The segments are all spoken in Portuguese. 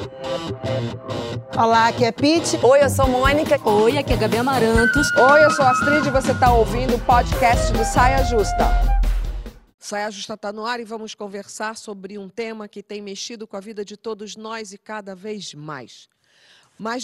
Olá, aqui é Pete. Oi, eu sou Mônica. Oi, aqui é Gabi Amarantos. Oi, eu sou Astrid e você está ouvindo o podcast do Saia Justa. Saia Justa está no ar e vamos conversar sobre um tema que tem mexido com a vida de todos nós e cada vez mais. Mais de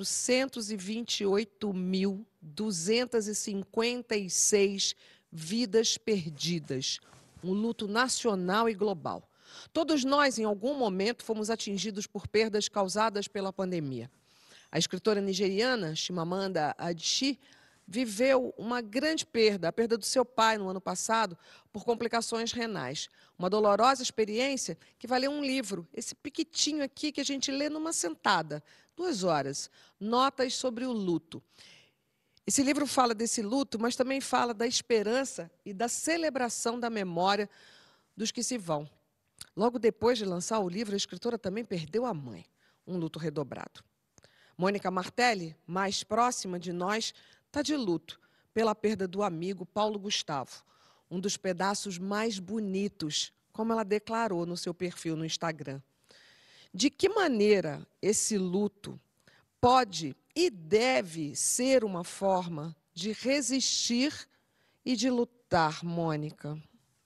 428.256 vidas perdidas. Um luto nacional e global. Todos nós, em algum momento, fomos atingidos por perdas causadas pela pandemia. A escritora nigeriana Chimamanda Adichie viveu uma grande perda, a perda do seu pai no ano passado, por complicações renais. Uma dolorosa experiência que valeu um livro, esse piquitinho aqui que a gente lê numa sentada, 2 horas, Notas sobre o Luto. Esse livro fala desse luto, mas também fala da esperança e da celebração da memória dos que se vão. Logo depois de lançar o livro, a escritora também perdeu a mãe, um luto redobrado. Mônica Martelli, mais próxima de nós, está de luto pela perda do amigo Paulo Gustavo, um dos pedaços mais bonitos, como ela declarou no seu perfil no Instagram. De que maneira esse luto pode e deve ser uma forma de resistir e de lutar, Mônica?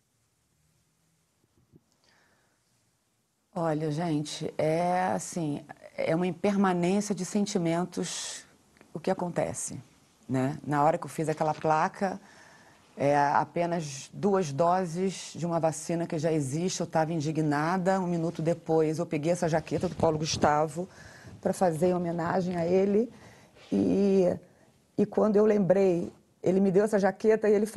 Olha, gente, é uma impermanência de sentimentos o que acontece, né? Na hora que eu fiz aquela placa, apenas 2 doses de uma vacina que já existe, eu estava indignada. 1 minuto depois, eu peguei essa jaqueta do Paulo Gustavo para fazer homenagem a ele. E quando eu lembrei, ele me deu essa jaqueta e ele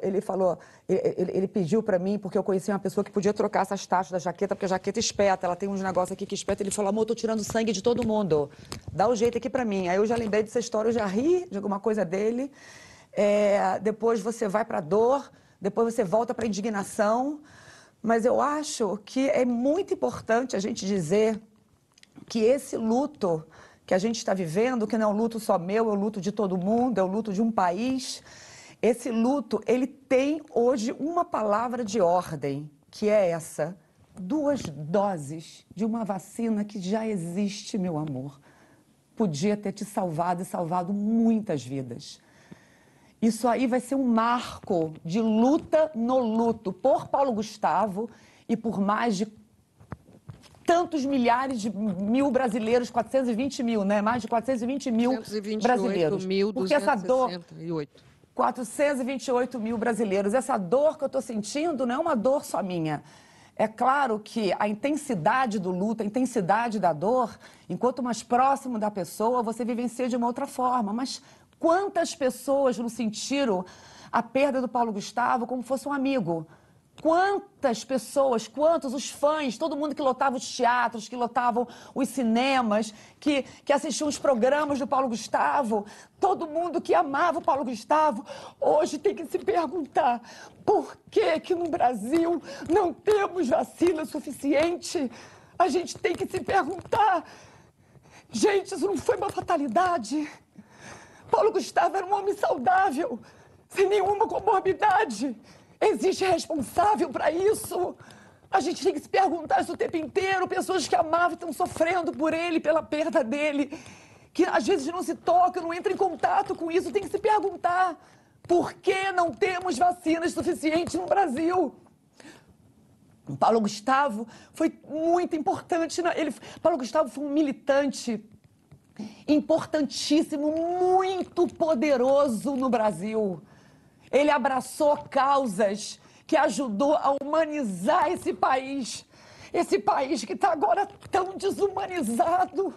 pediu para mim, porque eu conhecia uma pessoa que podia trocar essas taxas da jaqueta, porque a jaqueta espeta, ela tem uns negócios aqui que espeta. Ele falou: amor, eu tô tirando sangue de todo mundo, dá o jeito aqui para mim. Aí eu já lembrei dessa história, eu já ri de alguma coisa dele. Depois você vai para a dor, depois você volta para a indignação. Mas eu acho que é muito importante a gente dizer que esse luto que a gente está vivendo, que não é um luto só meu, é o luto de todo mundo, é o luto de um país. Esse luto, ele tem hoje uma palavra de ordem, que é essa: 2 doses de uma vacina que já existe, meu amor. Podia ter te salvado e salvado muitas vidas. Isso aí vai ser um marco de luta no luto por Paulo Gustavo e por mais de tantos milhares de mil brasileiros, 420 mil, né? Mais de 420 mil brasileiros. Porque essa dor... 428 mil brasileiros. Essa dor que eu estou sentindo não é uma dor só minha. É claro que a intensidade do luto, a intensidade da dor, enquanto mais próximo da pessoa, você vivencia de uma outra forma. Mas quantas pessoas não sentiram a perda do Paulo Gustavo como fosse um amigo? Quantas pessoas, quantos os fãs, todo mundo que lotava os teatros, que lotavam os cinemas, que assistiam os programas do Paulo Gustavo, todo mundo que amava o Paulo Gustavo, hoje tem que se perguntar: por que no Brasil não temos vacina suficiente? A gente tem que se perguntar. Gente, isso não foi uma fatalidade. Paulo Gustavo era um homem saudável, sem nenhuma comorbidade. Existe responsável para isso? A gente tem que se perguntar isso o tempo inteiro. Pessoas que amavam estão sofrendo por ele, pela perda dele, que às vezes não se tocam, não entram em contato com isso. Tem que se perguntar: por que não temos vacinas suficientes no Brasil? O Paulo Gustavo foi muito importante. Paulo Gustavo foi um militante importantíssimo, muito poderoso no Brasil. Ele abraçou causas que ajudou a humanizar esse país que está agora tão desumanizado.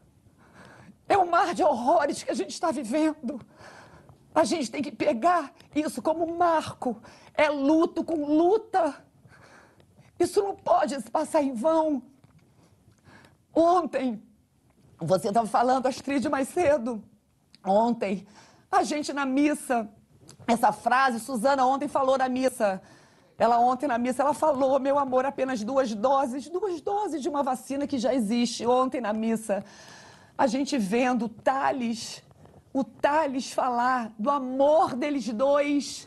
É um mar de horrores que a gente está vivendo. A gente tem que pegar isso como um marco. É luto com luta. Isso não pode se passar em vão. Ontem, você estava falando, Astrid, mais cedo. Ontem, a gente na missa... Essa frase, Suzana ontem falou na missa. Ontem na missa, ela falou: meu amor, apenas 2 doses de uma vacina que já existe. Ontem na missa, a gente vendo o Thales falar do amor deles dois,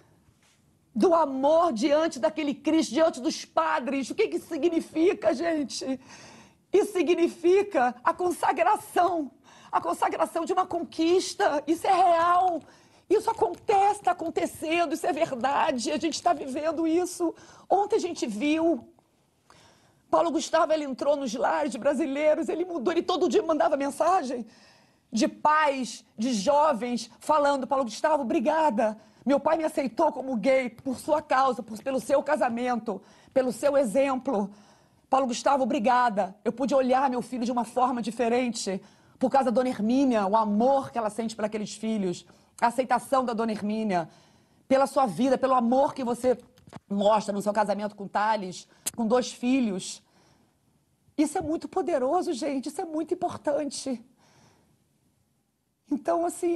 do amor diante daquele Cristo, diante dos padres. O que isso significa, gente? Isso significa a consagração de uma conquista. Isso é real. Isso acontece, está acontecendo, isso é verdade. A gente está vivendo isso. Ontem a gente viu. Paulo Gustavo, ele entrou nos lares brasileiros, ele mudou, ele todo dia mandava mensagem de pais, de jovens, falando: Paulo Gustavo, obrigada. Meu pai me aceitou como gay por sua causa, pelo seu casamento, pelo seu exemplo. Paulo Gustavo, obrigada. Eu pude olhar meu filho de uma forma diferente por causa da Dona Hermínia, o amor que ela sente para aqueles filhos, a aceitação da Dona Hermínia, pela sua vida, pelo amor que você mostra no seu casamento com Thales, com 2 filhos. Isso é muito poderoso, gente, isso é muito importante. Então, assim,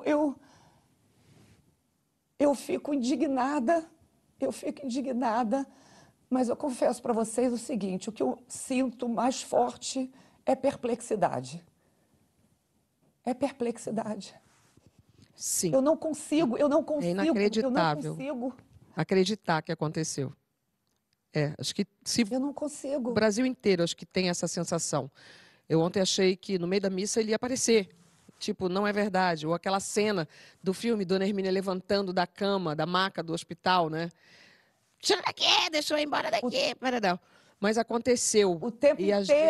eu fico indignada, mas eu confesso para vocês o seguinte: o que eu sinto mais forte é perplexidade. É perplexidade. Sim. Eu não consigo. É inacreditável acreditar que aconteceu. Acho que eu não consigo. O Brasil inteiro acho que tem essa sensação. Eu ontem achei que no meio da missa ele ia aparecer. Tipo, não é verdade. Ou aquela cena do filme, Dona Hermínia levantando da cama, da maca do hospital, né? Tira daqui, deixa eu ir embora daqui. Não. Mas aconteceu. O tempo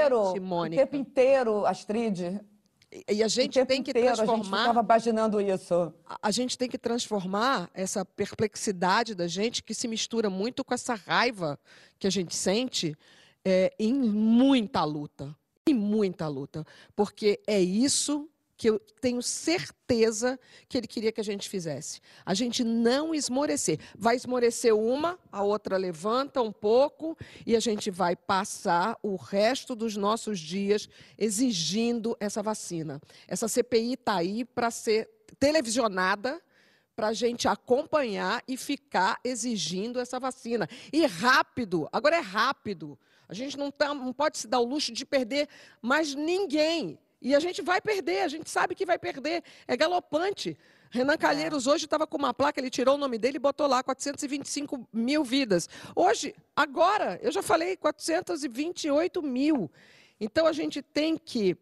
inteiro, Astrid. E a gente tem que transformar. A gente estava imaginando isso. A gente tem que transformar essa perplexidade da gente, que se mistura muito com essa raiva que a gente sente, em muita luta. Em muita luta. Porque é isso que eu tenho certeza que ele queria que a gente fizesse. A gente não esmorecer. Vai esmorecer uma, a outra levanta um pouco e a gente vai passar o resto dos nossos dias exigindo essa vacina. Essa CPI está aí para ser televisionada, para a gente acompanhar e ficar exigindo essa vacina. E rápido, agora é rápido. A gente não pode se dar o luxo de perder mais ninguém. E a gente vai perder, a gente sabe que vai perder. É galopante. Renan Calheiros hoje estava com uma placa, ele tirou o nome dele e botou lá 425 mil vidas. Hoje, agora, eu já falei 428 mil. Então, a gente tem que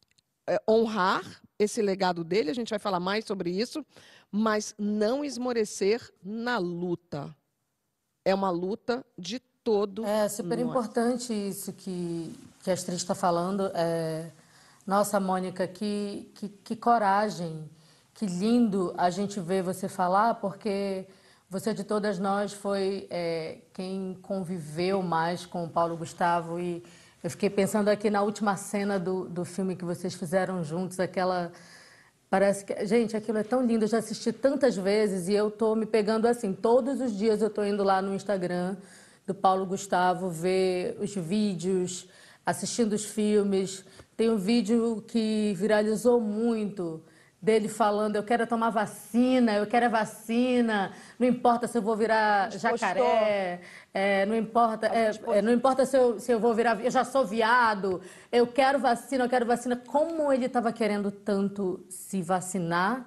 honrar esse legado dele, a gente vai falar mais sobre isso, mas não esmorecer na luta. É uma luta de todo É super importante isso que a Astrid está falando. Nossa, Mônica, que coragem, que lindo a gente ver você falar, porque você de todas nós foi quem conviveu mais com o Paulo Gustavo. E eu fiquei pensando aqui na última cena do filme que vocês fizeram juntos, aquela... Parece que... Gente, aquilo é tão lindo, eu já assisti tantas vezes e eu estou me pegando assim, todos os dias eu estou indo lá no Instagram do Paulo Gustavo, ver os vídeos, assistindo os filmes. Tem um vídeo que viralizou muito, dele falando: eu quero tomar vacina, eu quero a vacina, não importa se eu vou virar jacaré, não importa se eu vou virar, eu já sou viado, eu quero vacina, eu quero vacina. Como ele estava querendo tanto se vacinar,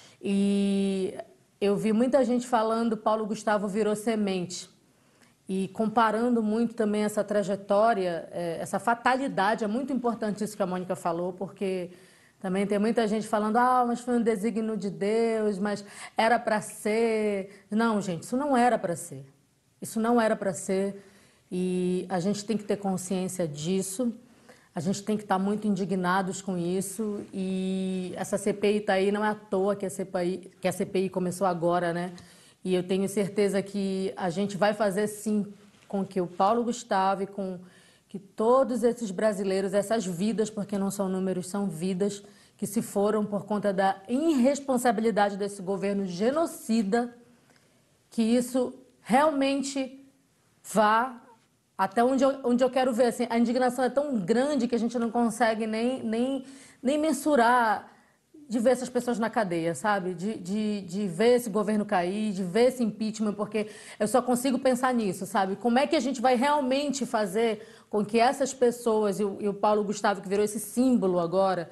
e eu vi muita gente falando: Paulo Gustavo virou semente. E comparando muito também essa trajetória, essa fatalidade, é muito importante isso que a Mônica falou, porque também tem muita gente falando: mas foi um desígnio de Deus, mas era para ser. Não, gente, isso não era para ser. Isso não era para ser, e a gente tem que ter consciência disso, a gente tem que estar muito indignados com isso, e essa CPI está aí, não é à toa que a CPI começou agora, né? E eu tenho certeza que a gente vai fazer, sim, com que o Paulo Gustavo e com que todos esses brasileiros, essas vidas, porque não são números, são vidas que se foram por conta da irresponsabilidade desse governo genocida, que isso realmente vá até onde eu quero ver. Assim, a indignação é tão grande que a gente não consegue nem mensurar, de ver essas pessoas na cadeia, sabe? De ver esse governo cair, de ver esse impeachment, porque eu só consigo pensar nisso, sabe? Como é que a gente vai realmente fazer com que essas pessoas, e o Paulo Gustavo, que virou esse símbolo agora,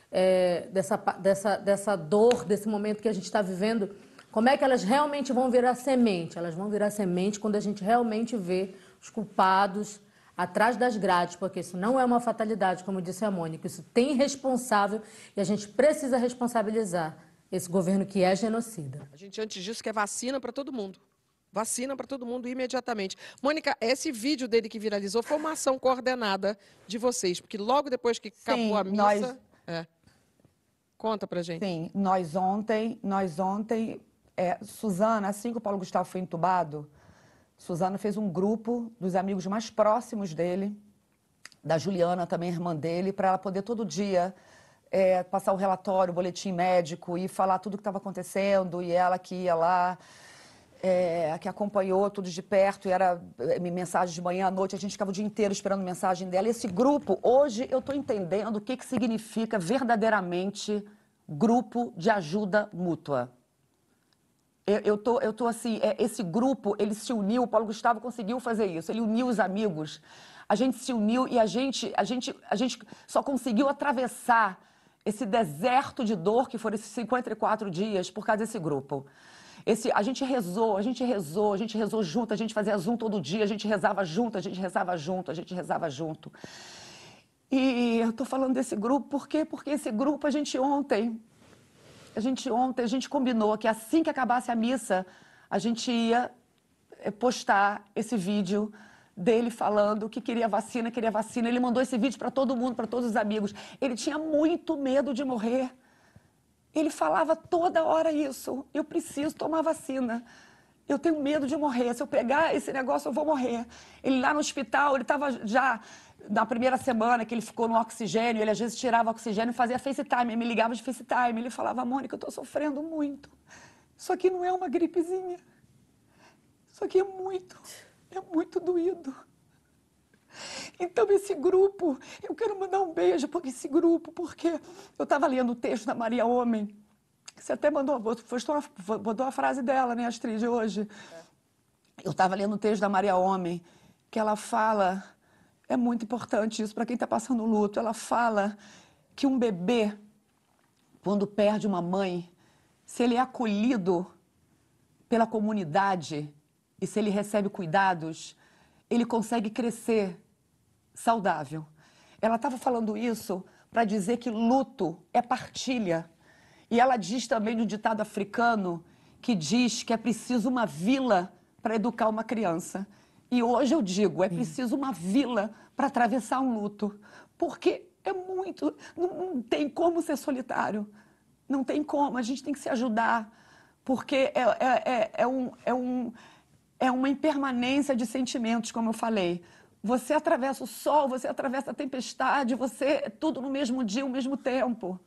dessa dor, desse momento que a gente está vivendo, como é que elas realmente vão virar semente? Elas vão virar semente quando a gente realmente vê os culpados, atrás das grades, porque isso não é uma fatalidade, como disse a Mônica, isso tem responsável e a gente precisa responsabilizar esse governo que é genocida. A gente, antes disso, quer vacina para todo mundo. Vacina para todo mundo imediatamente. Mônica, esse vídeo dele que viralizou foi uma ação coordenada de vocês, porque logo depois que acabou a missa... Conta pra gente. Sim, nós ontem, Suzana, assim que o Paulo Gustavo foi entubado, Suzana fez um grupo dos amigos mais próximos dele, da Juliana, também irmã dele, para ela poder todo dia passar o relatório, o boletim médico e falar tudo o que estava acontecendo. E ela que ia lá, que acompanhou tudo de perto, e era mensagem de manhã à noite, a gente ficava o dia inteiro esperando mensagem dela. E esse grupo, hoje eu estou entendendo o que significa verdadeiramente grupo de ajuda mútua. Eu tô assim, esse grupo, ele se uniu, o Paulo Gustavo conseguiu fazer isso, ele uniu os amigos, a gente se uniu e a gente só conseguiu atravessar esse deserto de dor que foram esses 54 dias por causa desse grupo. A gente rezou junto, a gente fazia Zoom todo dia, a gente rezava junto. E eu tô falando desse grupo, por quê? Porque esse grupo, a gente ontem combinou que assim que acabasse a missa, a gente ia postar esse vídeo dele falando que queria vacina. Ele mandou esse vídeo para todo mundo, para todos os amigos. Ele tinha muito medo de morrer. Ele falava toda hora isso: eu preciso tomar vacina. Eu tenho medo de morrer. Se eu pegar esse negócio, eu vou morrer. Ele lá no hospital, ele estava já... Na primeira semana que ele ficou no oxigênio, ele às vezes tirava oxigênio e fazia FaceTime, ele me ligava de FaceTime, ele falava: Mônica, eu estou sofrendo muito. Isso aqui não é uma gripezinha. Isso aqui é muito doído. Então esse grupo, eu quero mandar um beijo para esse grupo, porque eu estava lendo o texto da Maria Homem, que você até mandou a frase dela, né, Astrid, hoje. Eu estava lendo o texto da Maria Homem, que ela fala... É muito importante isso para quem está passando luto. Ela fala que um bebê, quando perde uma mãe, se ele é acolhido pela comunidade e se ele recebe cuidados, ele consegue crescer saudável. Ela estava falando isso para dizer que luto é partilha. E ela diz também no ditado africano que diz que é preciso uma vila para educar uma criança. E hoje eu digo, é preciso uma vila para atravessar um luto, porque é muito, não tem como ser solitário, não tem como, a gente tem que se ajudar, porque é uma impermanência de sentimentos, como eu falei. Você atravessa o sol, você atravessa a tempestade, você tudo no mesmo dia, ao mesmo tempo.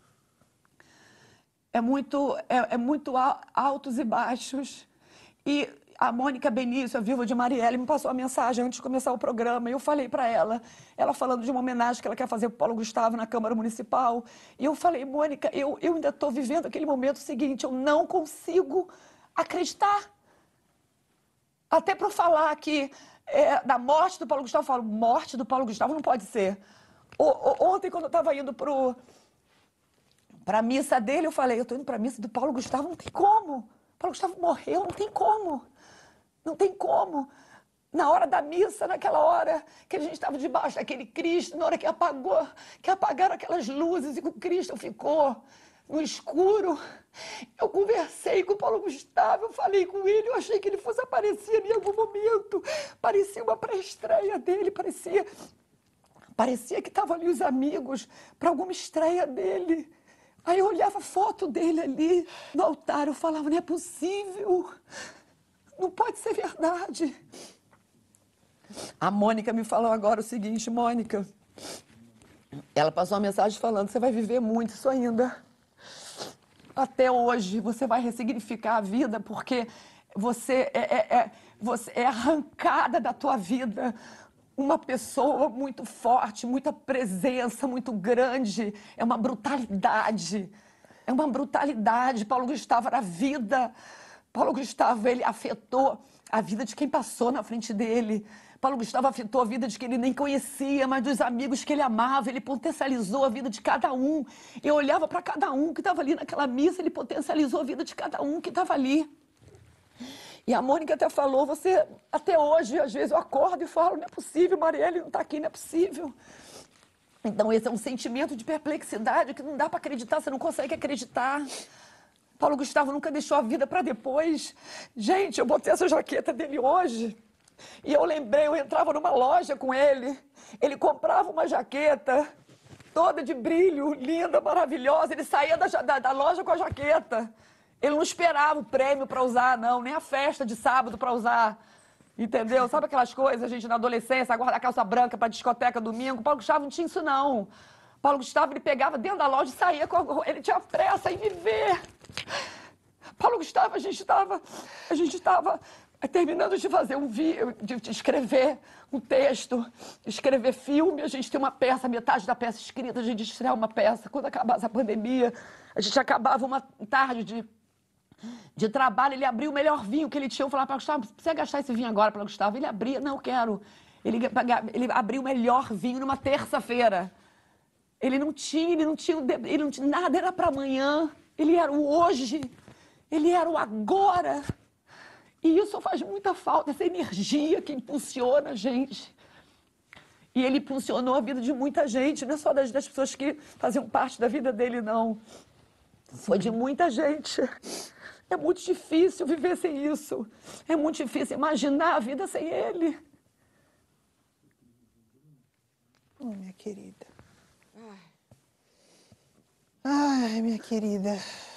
É muito altos e baixos. E a Mônica Benício, a viúva de Marielle, me passou a mensagem antes de começar o programa, e eu falei para ela falando de uma homenagem que ela quer fazer para o Paulo Gustavo na Câmara Municipal, e eu falei: Mônica, eu ainda estou vivendo aquele momento seguinte, eu não consigo acreditar. Até para falar que da morte do Paulo Gustavo, eu falo: morte do Paulo Gustavo não pode ser. Ontem, quando eu estava indo para a missa dele, eu falei: eu estou indo para a missa do Paulo Gustavo, não tem como. O Paulo Gustavo morreu, não tem como. Não tem como. Na hora da missa, naquela hora que a gente estava debaixo daquele Cristo, na hora que apagaram aquelas luzes e que o Cristo ficou no escuro, eu conversei com o Paulo Gustavo, eu falei com ele, eu achei que ele fosse aparecer em algum momento. Parecia uma pré-estreia dele, parecia que estavam ali os amigos para alguma estreia dele. Aí eu olhava a foto dele ali no altar, eu falava: não é possível, não pode ser verdade. A Mônica me falou agora o seguinte: Mônica, ela passou uma mensagem falando: você vai viver muito isso ainda. Até hoje você vai ressignificar a vida, porque você é arrancada da tua vida uma pessoa muito forte, muita presença, muito grande. É uma brutalidade. É uma brutalidade. Paulo Gustavo era vida. Paulo Gustavo, ele afetou a vida de quem passou na frente dele. Paulo Gustavo afetou a vida de quem ele nem conhecia, mas dos amigos que ele amava. Ele potencializou a vida de cada um. Eu olhava para cada um que estava ali naquela missa, ele potencializou a vida de cada um que estava ali. E a Mônica até falou, você, até hoje, às vezes eu acordo e falo, não é possível, Marielle não está aqui, não é possível. Então esse é um sentimento de perplexidade que não dá para acreditar, você não consegue acreditar. Paulo Gustavo nunca deixou a vida para depois. Gente, eu botei essa jaqueta dele hoje e eu lembrei, eu entrava numa loja com ele, ele comprava uma jaqueta toda de brilho, linda, maravilhosa, ele saía da loja com a jaqueta. Ele não esperava o prêmio para usar, não, nem a festa de sábado para usar. Entendeu? Sabe aquelas coisas, a gente na adolescência, guardar calça branca para discoteca domingo? Paulo Gustavo não tinha isso, não. Paulo Gustavo, ele pegava dentro da loja e saía, ele tinha pressa em me ver. Paulo Gustavo, a gente estava terminando de fazer de escrever um texto, escrever filme, a gente tem uma peça, metade da peça escrita, a gente estreia uma peça. Quando acabasse a pandemia, a gente acabava uma tarde de trabalho, ele abriu o melhor vinho que ele tinha. Eu falava para o Gustavo, precisa gastar esse vinho agora para o Gustavo. Ele abria, não, eu quero. Ele abriu o melhor vinho numa terça-feira. Ele não tinha nada, era para amanhã. Ele era o hoje, ele era o agora. E isso faz muita falta, essa energia que impulsiona a gente. E ele impulsionou a vida de muita gente, não é só das pessoas que faziam parte da vida dele, não. Foi de muita gente. É muito difícil viver sem isso. É muito difícil imaginar a vida sem ele. Oh, minha querida. Ai, minha querida.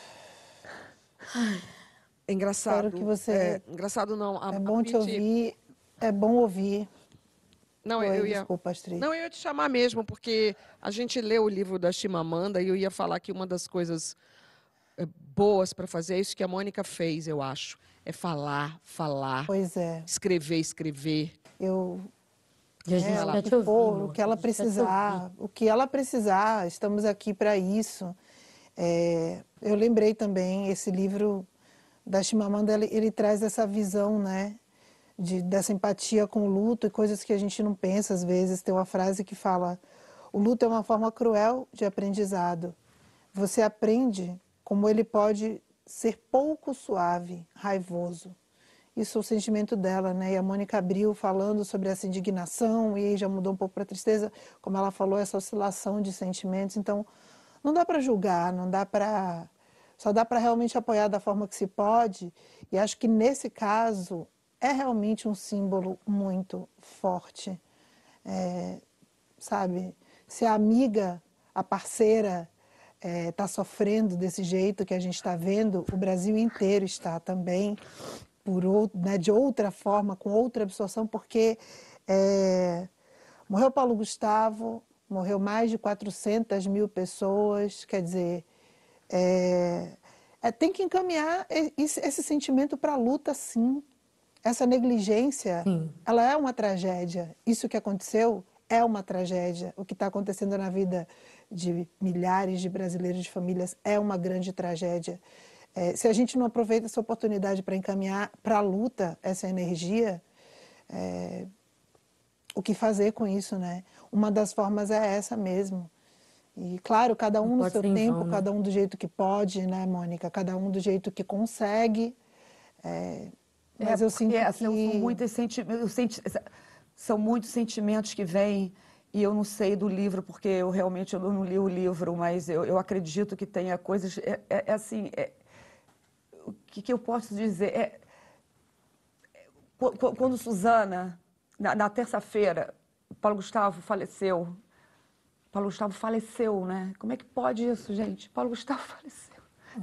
É engraçado. Espero que você... engraçado não. É bom te ouvir. É bom ouvir. Não, Oi, desculpa, Astrid. Não, eu ia te chamar mesmo, porque a gente leu o livro da Chimamanda e eu ia falar que uma das coisas boas para fazer é isso que a Mônica fez, eu acho. É falar. Pois é. Escrever. E a gente quer te ouvir, o que ela precisar, estamos aqui para isso. Eu lembrei também, esse livro da Chimamanda, ele traz essa visão, né, dessa empatia com o luto e coisas que a gente não pensa às vezes. Tem uma frase que fala, o luto é uma forma cruel de aprendizado. Você aprende como ele pode ser pouco suave, raivoso. Isso é o sentimento dela, né? E a Mônica abriu falando sobre essa indignação, e aí já mudou um pouco para a tristeza, como ela falou, essa oscilação de sentimentos. Então, não dá para julgar, não dá para... Só dá para realmente apoiar da forma que se pode. E acho que nesse caso é realmente um símbolo muito forte. Sabe? Se a amiga, a parceira, está sofrendo desse jeito que a gente está vendo, o Brasil inteiro está também, de outra forma, com outra absorção, porque morreu Paulo Gustavo, morreu mais de 400 mil pessoas, quer dizer, tem que encaminhar esse sentimento para a luta, sim. Essa negligência, ela é uma tragédia. Isso que aconteceu é uma tragédia. O que está acontecendo na vida de milhares de brasileiros, de famílias, é uma grande tragédia. Se a gente não aproveita essa oportunidade para encaminhar para a luta essa energia, o que fazer com isso, né? Uma das formas é essa mesmo. E, claro, cada um no seu tempo, cada um do jeito que pode, né, Mônica? Cada um do jeito que consegue. Mas eu sinto que... São muitos sentimentos que vêm, e eu não sei do livro, porque eu realmente não li o livro, mas eu acredito que tenha coisas... o que eu posso dizer? Quando Suzana, na terça-feira, Paulo Gustavo faleceu. Paulo Gustavo faleceu, né? Como é que pode isso, gente? Paulo Gustavo faleceu.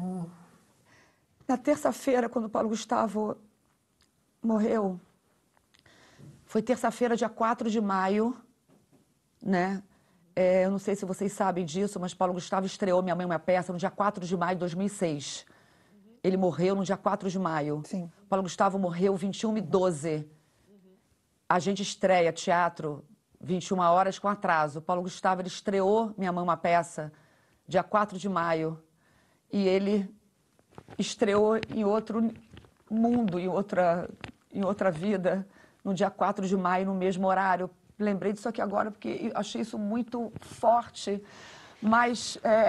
Na terça-feira, quando Paulo Gustavo morreu, foi terça-feira, dia 4 de maio, né? Eu não sei se vocês sabem disso, mas Paulo Gustavo estreou Minha Mãe, Minha Peça no dia 4 de maio de 2006. Ele morreu no dia 4 de maio. Sim. Paulo Gustavo morreu 21h12. A gente estreia teatro 21 horas com atraso. Paulo Gustavo, ele estreou Minha Mãe, Uma Peça dia 4 de maio. E ele estreou em outro mundo, em outra vida, no dia 4 de maio, no mesmo horário. Lembrei disso aqui agora porque eu achei isso muito forte. Mas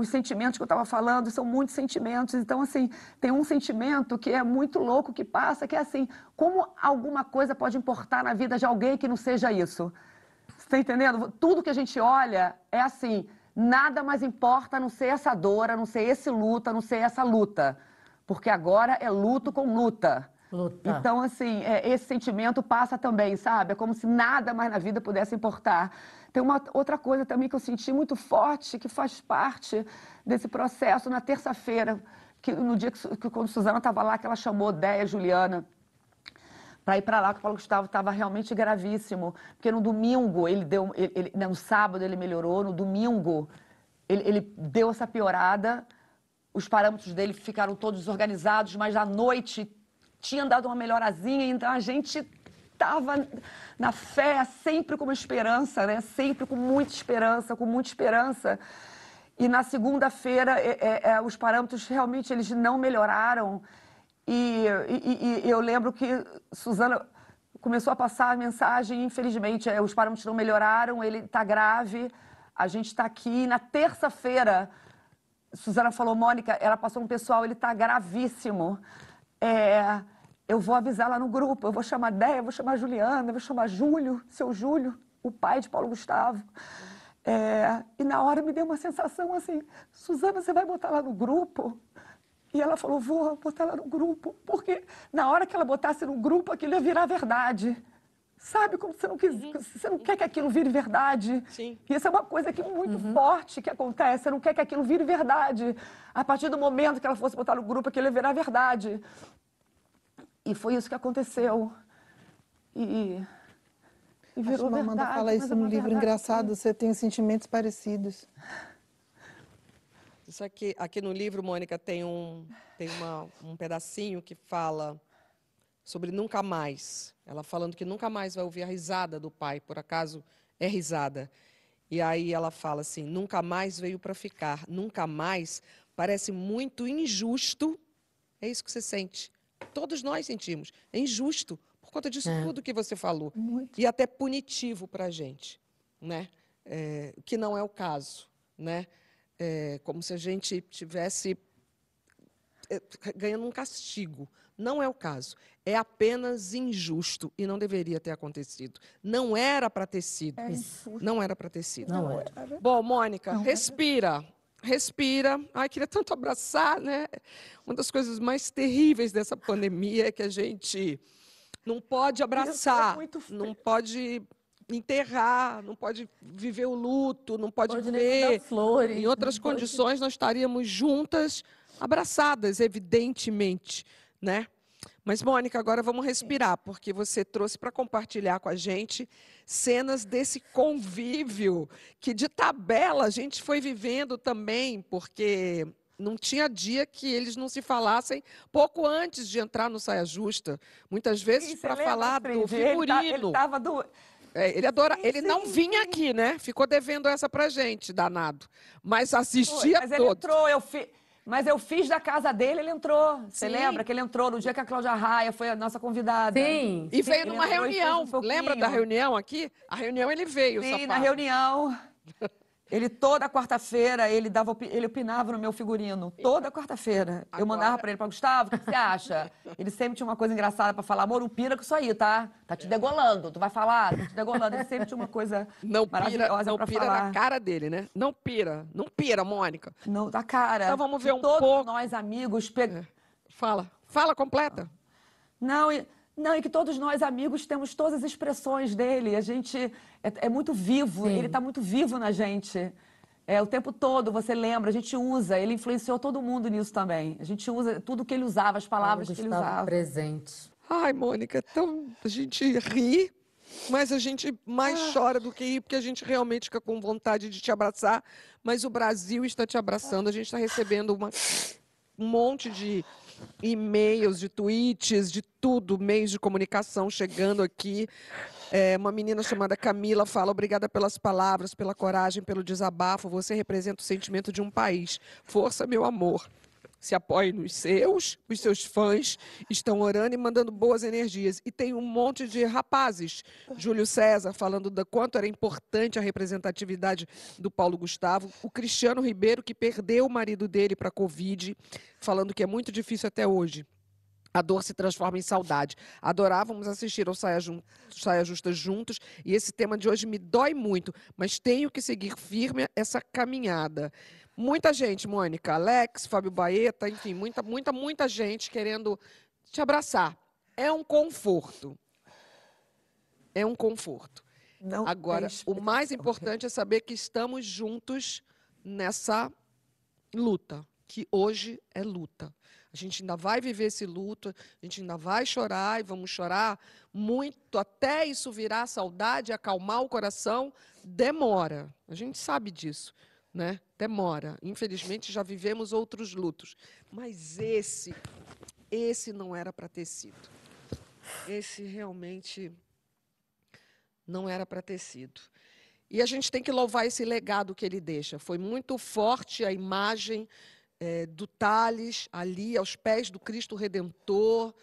os sentimentos que eu estava falando são muitos sentimentos. Então, assim, tem um sentimento que é muito louco, que passa, que é assim, como alguma coisa pode importar na vida de alguém que não seja isso? Você está entendendo? Tudo que a gente olha é assim, nada mais importa a não ser essa dor, a não ser esse luto, a não ser essa luta. Porque agora é luto com luta. Luta. Então, assim, esse sentimento passa também, sabe? É como se nada mais na vida pudesse importar. Tem uma outra coisa também que eu senti muito forte, que faz parte desse processo. Na terça-feira, no dia que quando Suzana estava lá, que ela chamou Déia, Juliana, para ir para lá, que o Paulo Gustavo estava realmente gravíssimo. Porque no domingo, no sábado ele melhorou, no domingo ele deu essa piorada, os parâmetros dele ficaram todos desorganizados, mas à noite tinha dado uma melhorazinha, então a gente estava na fé, sempre com uma esperança, né? Sempre com muita esperança, com muita esperança. E na segunda-feira, os parâmetros realmente eles não melhoraram. E eu lembro que Suzana começou a passar a mensagem, infelizmente, os parâmetros não melhoraram, ele está grave, a gente está aqui. Na terça-feira, Suzana falou, Mônica, ela passou um pessoal, ele está gravíssimo. Eu vou avisar lá no grupo, eu vou chamar a Déia, eu vou chamar a Juliana, eu vou chamar Júlio, seu Júlio, o pai de Paulo Gustavo. E na hora me deu uma sensação assim, Suzana, você vai botar lá no grupo? E ela falou, vou botar lá no grupo, porque na hora que ela botasse no grupo, aquilo ia virar verdade. Sabe, como você não quer que aquilo vire verdade. Sim. E isso é uma coisa que muito forte que acontece, você não quer que aquilo vire verdade. A partir do momento que ela fosse botar no grupo, aquilo ia virar verdade. E foi isso que aconteceu. E virou A Amanda verdade. fala isso no livro, engraçado, você tem sentimentos parecidos. Isso aqui no livro, Mônica, tem um pedacinho que fala sobre nunca mais. Ela falando que nunca mais vai ouvir a risada do pai, por acaso é risada. E aí ela fala assim, nunca mais veio para ficar, nunca mais parece muito injusto. É isso que você sente. Todos nós sentimos. É injusto por conta disso tudo que você falou. Muito. E até punitivo para a gente, né? Que não é o caso, né? Como se a gente tivesse ganhando um castigo. Não é o caso. É apenas injusto e não deveria ter acontecido. Não era para ter sido. Não era para ter sido. Não era. Bom, Mônica, respira. Respira. Ai, queria tanto abraçar, né? Uma das coisas mais terríveis dessa pandemia é que a gente não pode abraçar, não pode enterrar, não pode viver o luto, não pode nem ver. mandar flores, Em outras não pode- condições, nós estaríamos juntas, abraçadas, evidentemente, né? Mas, Mônica, agora vamos respirar, porque você trouxe para compartilhar com a gente cenas desse convívio que, de tabela, a gente foi vivendo também, porque não tinha dia que eles não se falassem pouco antes de entrar no Saia Justa. Muitas vezes para falar do figurino. Ele estava do... Ele adora. Ele não vinha aqui, né? Ficou devendo essa pra gente, danado. Mas assistia Mas ele todo. entrou, mas eu fiz da casa dele, ele entrou. Você Sim. lembra que ele entrou no dia que a Cláudia Raia foi a nossa convidada? Sim. E veio Ele numa entrou e fez reunião. um pouquinho. Lembra da reunião aqui? A reunião ele veio, Sim, safado. na reunião. Ele toda quarta-feira, ele opinava no meu figurino. Toda quarta-feira. Eu mandava pra ele, para Gustavo, o que você acha? Ele sempre tinha uma coisa engraçada pra falar. Amor, não pira com isso aí, tá? Tá te degolando. Tu vai falar? Tá te degolando. Ele sempre tinha uma coisa Não pira, maravilhosa não pra pira falar. na cara dele, né? Não pira, Mônica. Não, da cara. Então vamos ver um Todos pouco. nós amigos... Fala completa. Não, e que todos nós, amigos, temos todas as expressões dele. A gente é muito vivo, Sim. ele está muito vivo na gente. O tempo todo, você lembra, a gente usa, ele influenciou todo mundo nisso também. A gente usa tudo que ele usava, as palavras que ele Gustavo usava. presente. Ai, Mônica, então a gente ri, mas a gente mais chora do que ri, porque a gente realmente fica com vontade de te abraçar, mas o Brasil está te abraçando, a gente está recebendo um monte de e-mails, de tweets, de tudo, meios de comunicação chegando aqui. Uma menina chamada Camila fala, obrigada pelas palavras, pela coragem, pelo desabafo, você representa o sentimento de um país. Força, meu amor. se apoie nos seus, os seus fãs estão orando e mandando boas energias. E tem um monte de rapazes. Júlio César falando do quanto era importante a representatividade do Paulo Gustavo. O Cristiano Ribeiro, que perdeu o marido dele para a Covid, falando que é muito difícil até hoje. A dor se transforma em saudade. Adorávamos assistir ao Saia Justa juntos e esse tema de hoje me dói muito, mas tenho que seguir firme essa caminhada. Muita gente, Mônica, Alex, Fábio Baeta, enfim, muita gente querendo te abraçar. É um conforto. É um conforto. Não Agora, tem o mais explicação. importante é saber que estamos juntos nessa luta, que hoje é luta. A gente ainda vai viver esse luto, a gente ainda vai chorar e vamos chorar muito até isso virar saudade, acalmar o coração. Demora, a gente sabe disso, né? Demora. Infelizmente, já vivemos outros lutos. Mas esse não era para ter sido. Esse realmente não era para ter sido. E a gente tem que louvar esse legado que ele deixa. Foi muito forte a imagem do Tales, ali, aos pés do Cristo Redentor,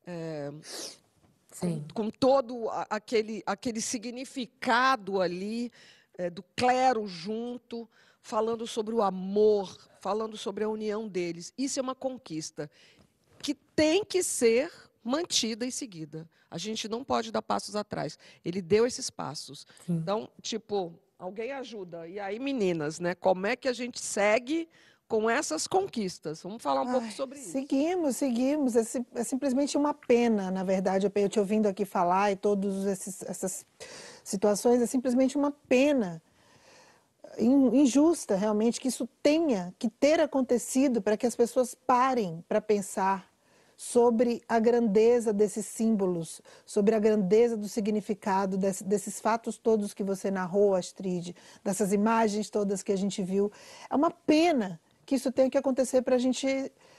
com todo aquele significado ali, do clero junto, falando sobre o amor, falando sobre a união deles. Isso é uma conquista que tem que ser mantida e seguida. A gente não pode dar passos atrás. Ele deu esses passos. Sim. Então, tipo, alguém ajuda. E aí, meninas, né? Como é que a gente segue com essas conquistas? Vamos falar um pouco sobre isso. Seguimos. É simplesmente uma pena, na verdade, eu te ouvindo aqui falar e todas essas situações, é simplesmente uma pena injusta, realmente, que isso tenha que ter acontecido para que as pessoas parem para pensar sobre a grandeza desses símbolos, sobre a grandeza do significado desses fatos todos que você narrou, Astrid, dessas imagens todas que a gente viu. É uma pena que isso tenha que acontecer para a gente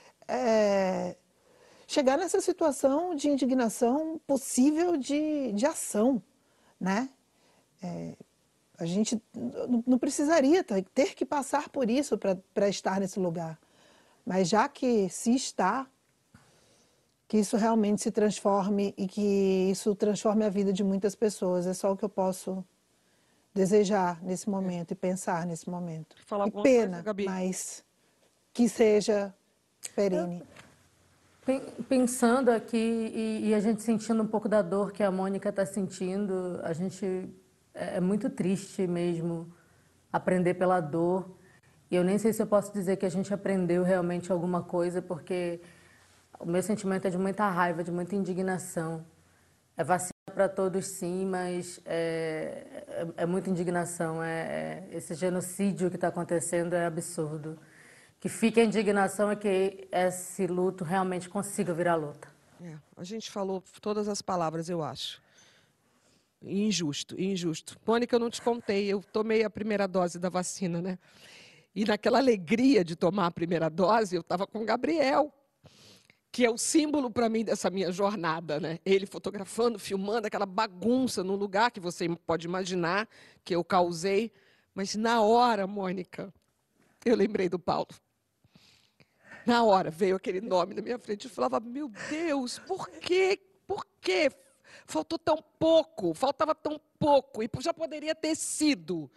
chegar nessa situação de indignação possível de ação, né? A gente não precisaria ter que passar por isso para estar nesse lugar. Mas já que se está, que isso realmente se transforme e que isso transforme a vida de muitas pessoas. É só o que eu posso desejar nesse momento e pensar nesse momento. Falar E alguma pena, coisa, Gabi? mas que seja perene. Pensando aqui e a gente sentindo um pouco da dor que a Mônica está sentindo, a gente é muito triste mesmo aprender pela dor. E eu nem sei se eu posso dizer que a gente aprendeu realmente alguma coisa, porque o meu sentimento é de muita raiva, de muita indignação. É vacina para todos, sim, mas é muita indignação. Esse genocídio que está acontecendo é absurdo. Que fique a indignação é que esse luto realmente consiga virar luta. A gente falou todas as palavras, eu acho. Injusto. Mônica, eu não te contei, eu tomei a primeira dose da vacina, né? E naquela alegria de tomar a primeira dose, eu estava com o Gabriel, que é o símbolo para mim dessa minha jornada, né? Ele fotografando, filmando aquela bagunça no lugar que você pode imaginar que eu causei. Mas na hora, Mônica, eu lembrei do Paulo. Na hora veio aquele nome na minha frente. Eu falava, meu Deus, por quê? Por quê? Faltava tão pouco. E já poderia ter sido.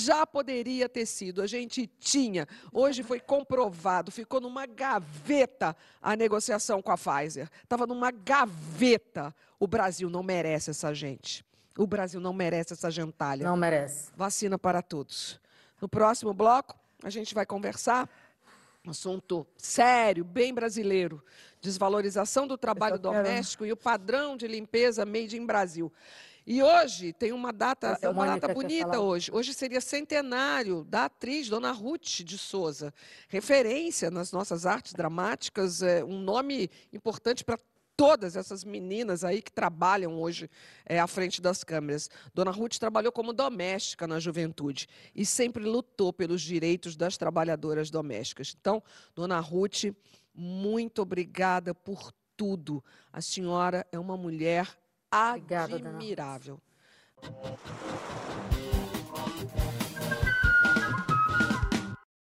A gente tinha. Hoje foi comprovado, ficou numa gaveta a negociação com a Pfizer. Estava numa gaveta. O Brasil não merece essa gente. O Brasil não merece essa gentalha. Não merece. Vacina para todos. No próximo bloco, a gente vai conversar. Assunto sério, bem brasileiro. Desvalorização do trabalho doméstico e o padrão de limpeza made in Brasil. E hoje tem uma data, é uma data bonita hoje. Hoje seria centenário da atriz Dona Ruth de Souza. Referência nas nossas artes dramáticas, um nome importante para todas essas meninas aí que trabalham hoje à frente das câmeras. Dona Ruth trabalhou como doméstica na juventude e sempre lutou pelos direitos das trabalhadoras domésticas. Então, Dona Ruth, muito obrigada por tudo. A senhora é uma mulher admirável. Obrigada,